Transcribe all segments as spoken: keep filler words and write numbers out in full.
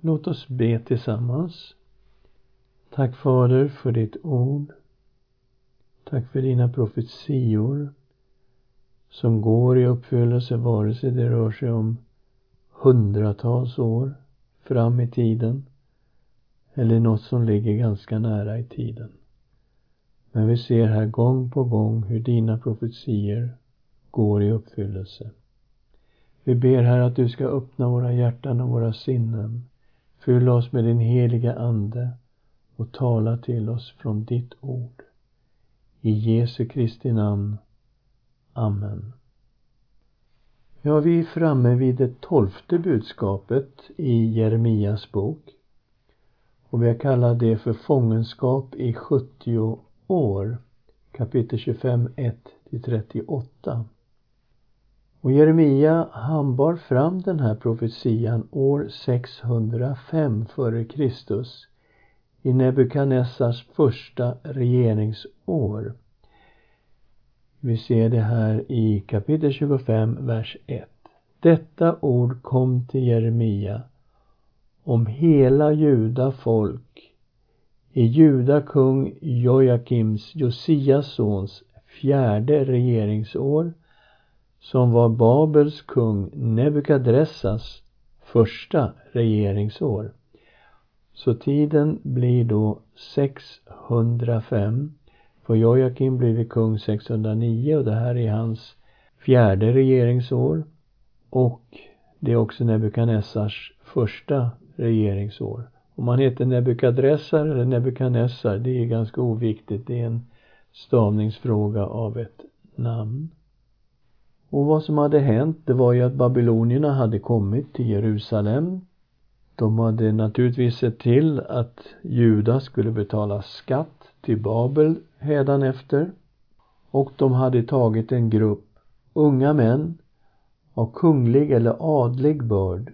Låt oss be tillsammans. Tack Fader för ditt ord. Tack för dina profetior som går i uppfyllelse vare sig det rör sig om hundratals år fram i tiden eller något som ligger ganska nära i tiden. Men vi ser här gång på gång hur dina profetier går i uppfyllelse. Vi ber här att du ska öppna våra hjärtan och våra sinnen. Fylla oss med din heliga ande och tala till oss från ditt ord. I Jesu Kristi namn. Amen. Ja, vi är framme vid det tolfte budskapet i Jeremias bok. Och vi har kallat det för fångenskap i sjuttio år. Kapitel tjugofem, ett till trettioåtta. Och Jeremia, han bar fram den här profetian år sexhundrafem före Kristus i Nebukadnessars första regeringsår. Vi ser det här i kapitel tjugofem, vers ett. Detta ord kom till Jeremia om hela Juda folk i Juda kung Jojakims, Josias sons, fjärde regeringsår, som var Babels kung Nebukadnessars första regeringsår. Så tiden blir då sexhundrafem. För Jojakim blev kung sexhundranio och det här är hans fjärde regeringsår. Och det är också Nebukadnessars första regeringsår. Om man heter Nebukadnessar eller Nebukadnessar, det är ganska oviktigt. Det är en stavningsfråga av ett namn. Och vad som hade hänt, det var ju att babylonierna hade kommit till Jerusalem. De hade naturligtvis sett till att Juda skulle betala skatt till Babel hädanefter. Och de hade tagit en grupp unga män av kunglig eller adlig börd.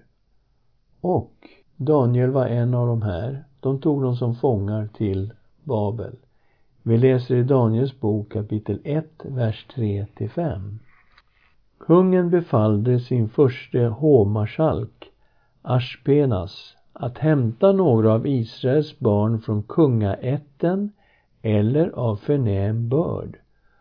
Och Daniel var en av de här. De tog dem som fångar till Babel. Vi läser i Daniels bok kapitel ett, vers tre till fem. Kungen befallde sin förste hovmarskalk Aspenas att hämta några av Israels barn från kungaätten eller av förnäm börd.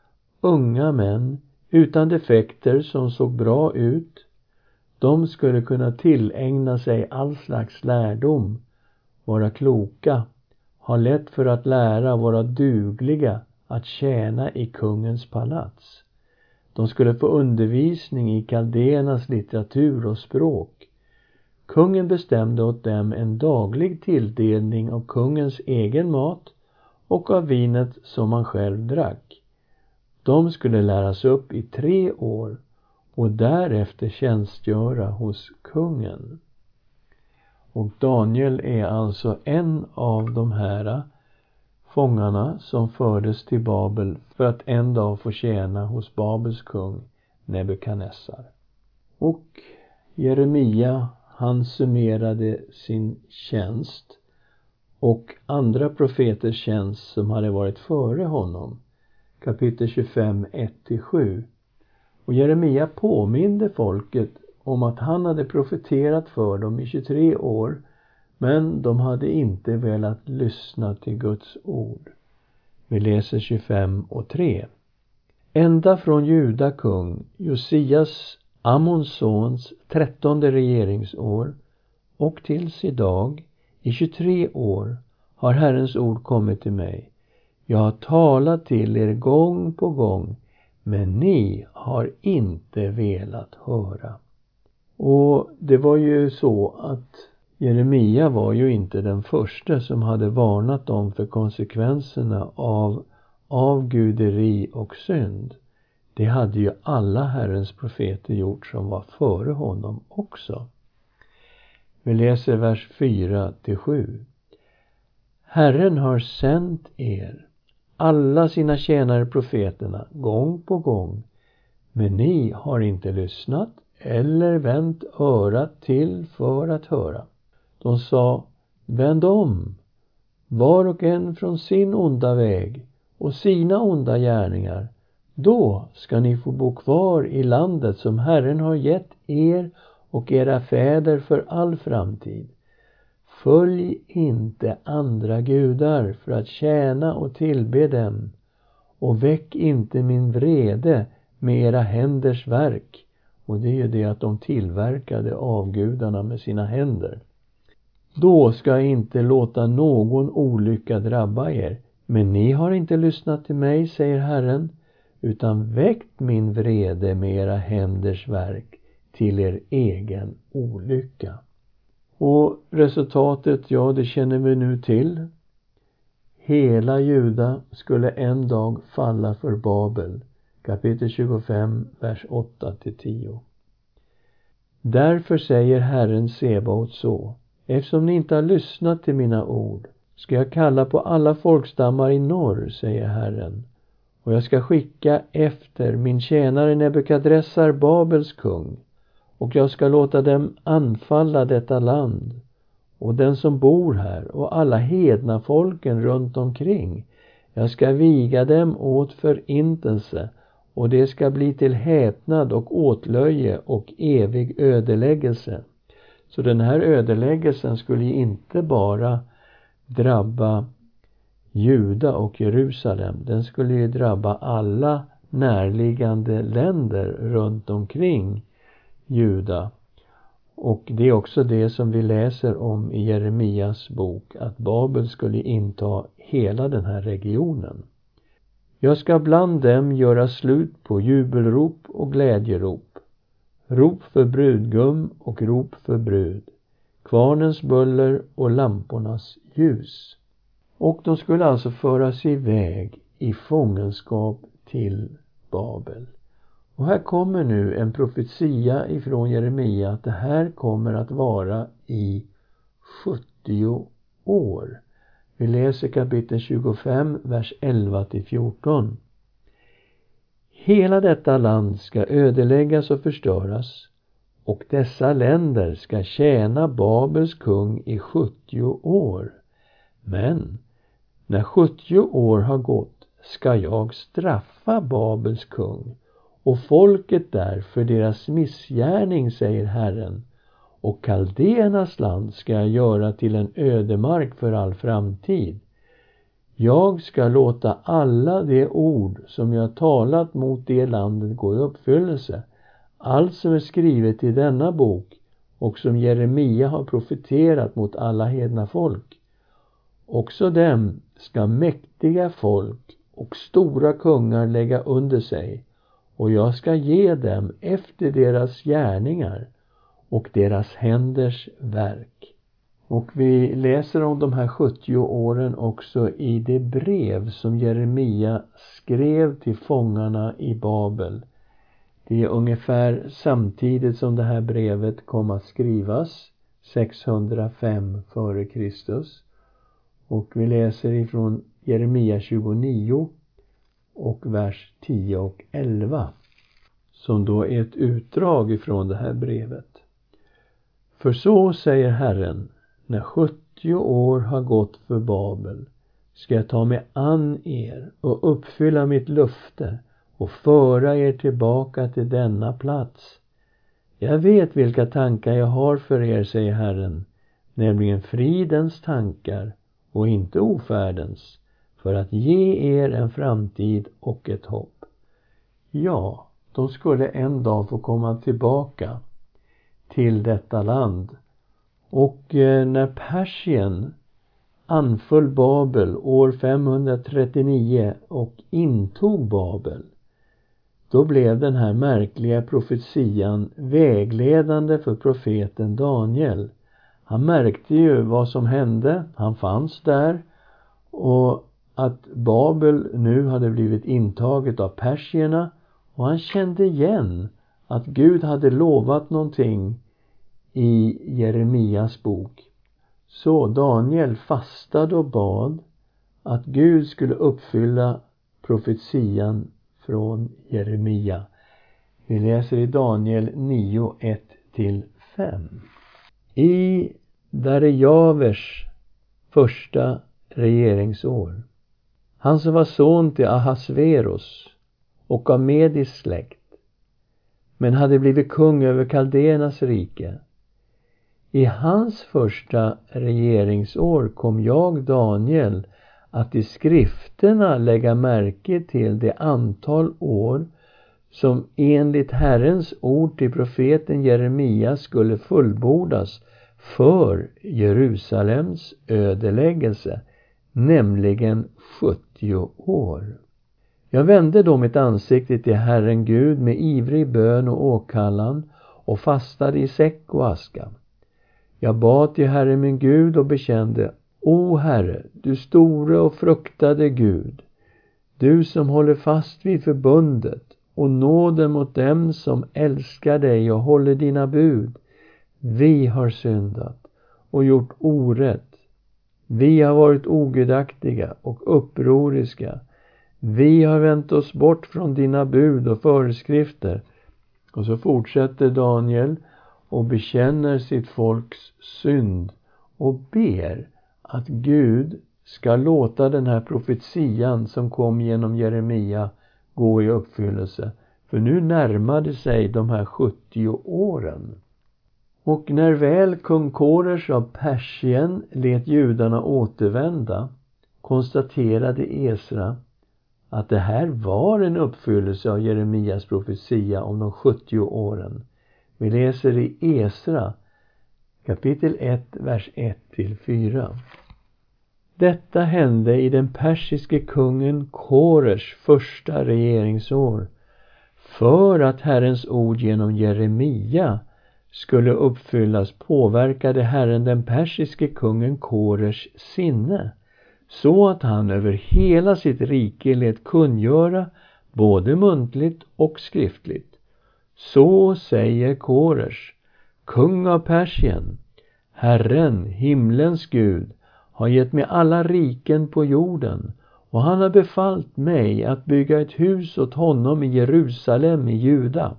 Unga män utan defekter som såg bra ut. De skulle kunna tillägna sig all slags lärdom, vara kloka, ha lätt för att lära, vara dugliga att tjäna i kungens palats. De skulle få undervisning i kaldéernas litteratur och språk. Kungen bestämde åt dem en daglig tilldelning av kungens egen mat och av vinet som han själv drack. De skulle läras upp i tre år och därefter tjänstgöra hos kungen. Och Daniel är alltså en av de här fångarna som fördes till Babel för att en dag få tjäna hos Babels kung Nebukadnessar. Och Jeremia, han summerade sin tjänst och andra profeters tjänst som hade varit före honom. Kapitel tjugofem, ett till sju. Och Jeremia påminde folket om att han hade profeterat för dem i tjugotre år, men de hade inte velat lyssna till Guds ord. Vi läser tjugofem och tre. Ända från Juda kung Josias, Amons sons, trettonde regeringsår och tills idag i tjugotre år har Herrens ord kommit till mig. Jag har talat till er gång på gång, men ni har inte velat höra. Och det var ju så att Jeremia var ju inte den första som hade varnat dem för konsekvenserna av avguderi och synd. Det hade ju alla Herrens profeter gjort som var före honom också. Vi läser vers fyra till sju. Herren har sänt er, alla sina tjänare profeterna, gång på gång, men ni har inte lyssnat eller vänt örat till för att höra. De sa, vänd om, var och en från sin onda väg och sina onda gärningar. Då ska ni få bo kvar i landet som Herren har gett er och era fäder för all framtid. Följ inte andra gudar för att tjäna och tillbe dem, och väck inte min vrede med era händers verk. Och det är ju det att de tillverkade avgudarna med sina händer. Då ska jag inte låta någon olycka drabba er. Men ni har inte lyssnat till mig, säger Herren, utan väckt min vrede med era händers verk till er egen olycka. Och resultatet, ja, det känner vi nu till. Hela Juda skulle en dag falla för Babel. Kapitel tjugofem, vers åtta till tio. Därför säger Herren Sebaot så: eftersom ni inte har lyssnat till mina ord, ska jag kalla på alla folkstammar i norr, säger Herren. Och jag ska skicka efter min tjänare Nebukadressar, Babels kung. Och jag ska låta dem anfalla detta land. Och den som bor här och alla hedna folken runt omkring. Jag ska viga dem åt förintelse. Och det ska bli till häpnad och åtlöje och evig ödeläggelse. Så den här ödeläggelsen skulle inte bara drabba Juda och Jerusalem. Den skulle ju drabba alla närliggande länder runt omkring Juda. Och det är också det som vi läser om i Jeremias bok, att Babel skulle inta hela den här regionen. Jag ska bland dem göra slut på jubelrop och glädjerop, rop för brudgum och rop för brud, kvarnens buller och lampornas ljus. Och de skulle alltså föras iväg i fångenskap till Babel. Och här kommer nu en profetia ifrån Jeremia att det här kommer att vara i sjuttio år. Vi läser kapitel tjugofem, vers elva till fjorton. Hela detta land ska ödeläggas och förstöras, och dessa länder ska tjäna Babels kung i sjuttio år. Men när sjuttio år har gått ska jag straffa Babels kung och folket där för deras missgärning, säger Herren. Och Kaldéernas land ska jag göra till en ödemark för all framtid. Jag ska låta alla de ord som jag talat mot det landet gå i uppfyllelse. Allt som är skrivet i denna bok och som Jeremia har profeterat mot alla hedna folk. Också dem ska mäktiga folk och stora kungar lägga under sig. Och jag ska ge dem efter deras gärningar och deras händers verk. Och vi läser om de här sjuttio åren också i det brev som Jeremia skrev till fångarna i Babel. Det är ungefär samtidigt som det här brevet kom att skrivas, sexhundrafem före Kristus. Och vi läser ifrån Jeremia tjugonio och vers tio och elva, som då är ett utdrag ifrån det här brevet. För så säger Herren, när sjuttio år har gått för Babel ska jag ta mig an er och uppfylla mitt löfte och föra er tillbaka till denna plats. Jag vet vilka tankar jag har för er, säger Herren, nämligen fridens tankar och inte ofärdens, för att ge er en framtid och ett hopp. Ja, de skulle en dag få komma tillbaka till detta land. Och eh, när Persien anföll Babel år femhundratrettionio och intog Babel, då blev den här märkliga profetian vägledande för profeten Daniel. Han märkte ju vad som hände, han fanns där, och att Babel nu hade blivit intaget av persierna, och han kände igen att Gud hade lovat någonting i Jeremias bok. Så Daniel fastade och bad att Gud skulle uppfylla profetian från Jeremia. Vi läser i Daniel nio, ett till fem. I Darejavers första regeringsår, han som var son till Ahasveros och av medisk släkt, men hade blivit kung över Kaldéernas rike. I hans första regeringsår kom jag, Daniel, att i skrifterna lägga märke till det antal år som enligt Herrens ord till profeten Jeremia skulle fullbordas för Jerusalems ödeläggelse, nämligen sjuttio år. Jag vände då mitt ansikte till Herren Gud med ivrig bön och åkallan och fastade i säck och aska. Jag bad till Herren min Gud och bekände: O Herre, du store och fruktade Gud, du som håller fast vid förbundet och nåden mot dem som älskar dig och håller dina bud. Vi har syndat och gjort orätt. Vi har varit ogudaktiga och upproriska. Vi har vänt oss bort från dina bud och föreskrifter. Och så fortsätter Daniel och bekänner sitt folks synd och ber att Gud ska låta den här profetian som kom genom Jeremia gå i uppfyllelse. För nu närmade sig de här sjuttio åren. Och när väl kung Koresh av Persien lät judarna återvända, konstaterade Esra att det här var en uppfyllelse av Jeremias profetia om de sjuttio åren. Vi läser i Esra kapitel ett, vers ett till fyra. Detta hände i den persiske kungen Koresh första regeringsår, för att Herrens ord genom Jeremia skulle uppfyllas påverkade Herren den persiske kungen Koresh sinne, så att han över hela sitt rike lät kungöra både muntligt och skriftligt. Så säger Koresh, kung av Persien: Herren, himlens Gud, har gett mig alla riken på jorden, och han har befallt mig att bygga ett hus åt honom i Jerusalem i Juda.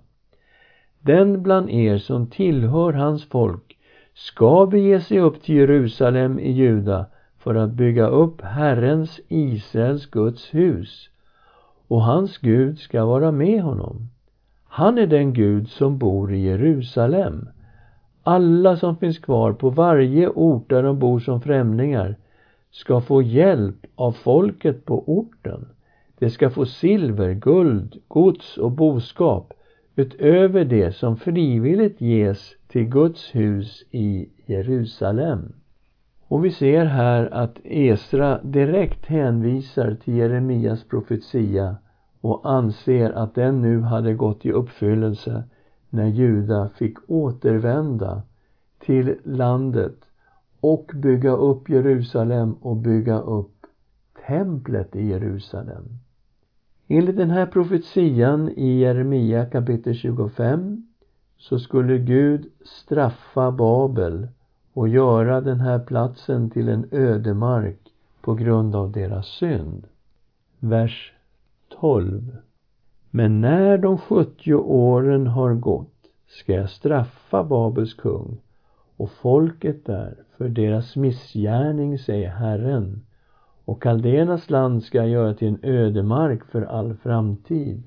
Den bland er som tillhör hans folk ska bege sig upp till Jerusalem i Juda för att bygga upp Herrens, Israels Guds hus, och hans Gud ska vara med honom. Han är den Gud som bor i Jerusalem. Alla som finns kvar på varje ort där de bor som främlingar ska få hjälp av folket på orten. De ska få silver, guld, gods och boskap utöver det som frivilligt ges till Guds hus i Jerusalem. Och vi ser här att Esra direkt hänvisar till Jeremias profetia och anser att den nu hade gått i uppfyllelse när Juda fick återvända till landet och bygga upp Jerusalem och bygga upp templet i Jerusalem. Enligt den här profetian i Jeremia kapitel tjugofem så skulle Gud straffa Babel och göra den här platsen till en ödemark på grund av deras synd. Vers tolv. Men när de sjuttio åren har gått ska jag straffa Babels kung och folket där för deras missgärning, säger Herren, och Kaldenas land ska jag göra till en ödemark för all framtid.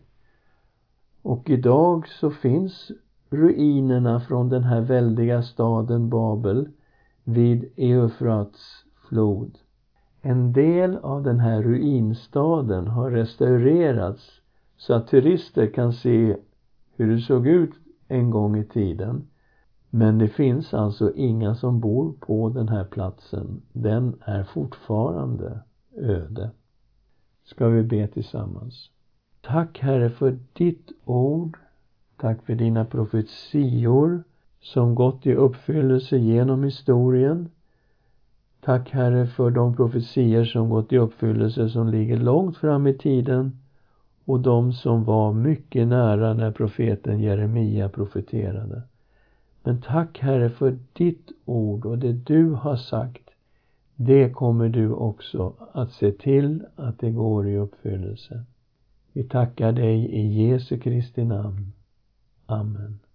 Och idag så finns ruinerna från den här väldiga staden Babel vid Eufrats flod. En del av den här ruinstaden har restaurerats så att turister kan se hur det såg ut en gång i tiden. Men det finns alltså inga som bor på den här platsen. Den är fortfarande öde. Ska vi be tillsammans. Tack Herre för ditt ord. Tack för dina profetior som gått i uppfyllelse genom historien. Tack Herre för de profetier som gått i uppfyllelse som ligger långt fram i tiden och de som var mycket nära när profeten Jeremia profeterade. Men tack Herre för ditt ord och det du har sagt. Det kommer du också att se till att det går i uppfyllelse. Vi tackar dig i Jesu Kristi namn. Amen.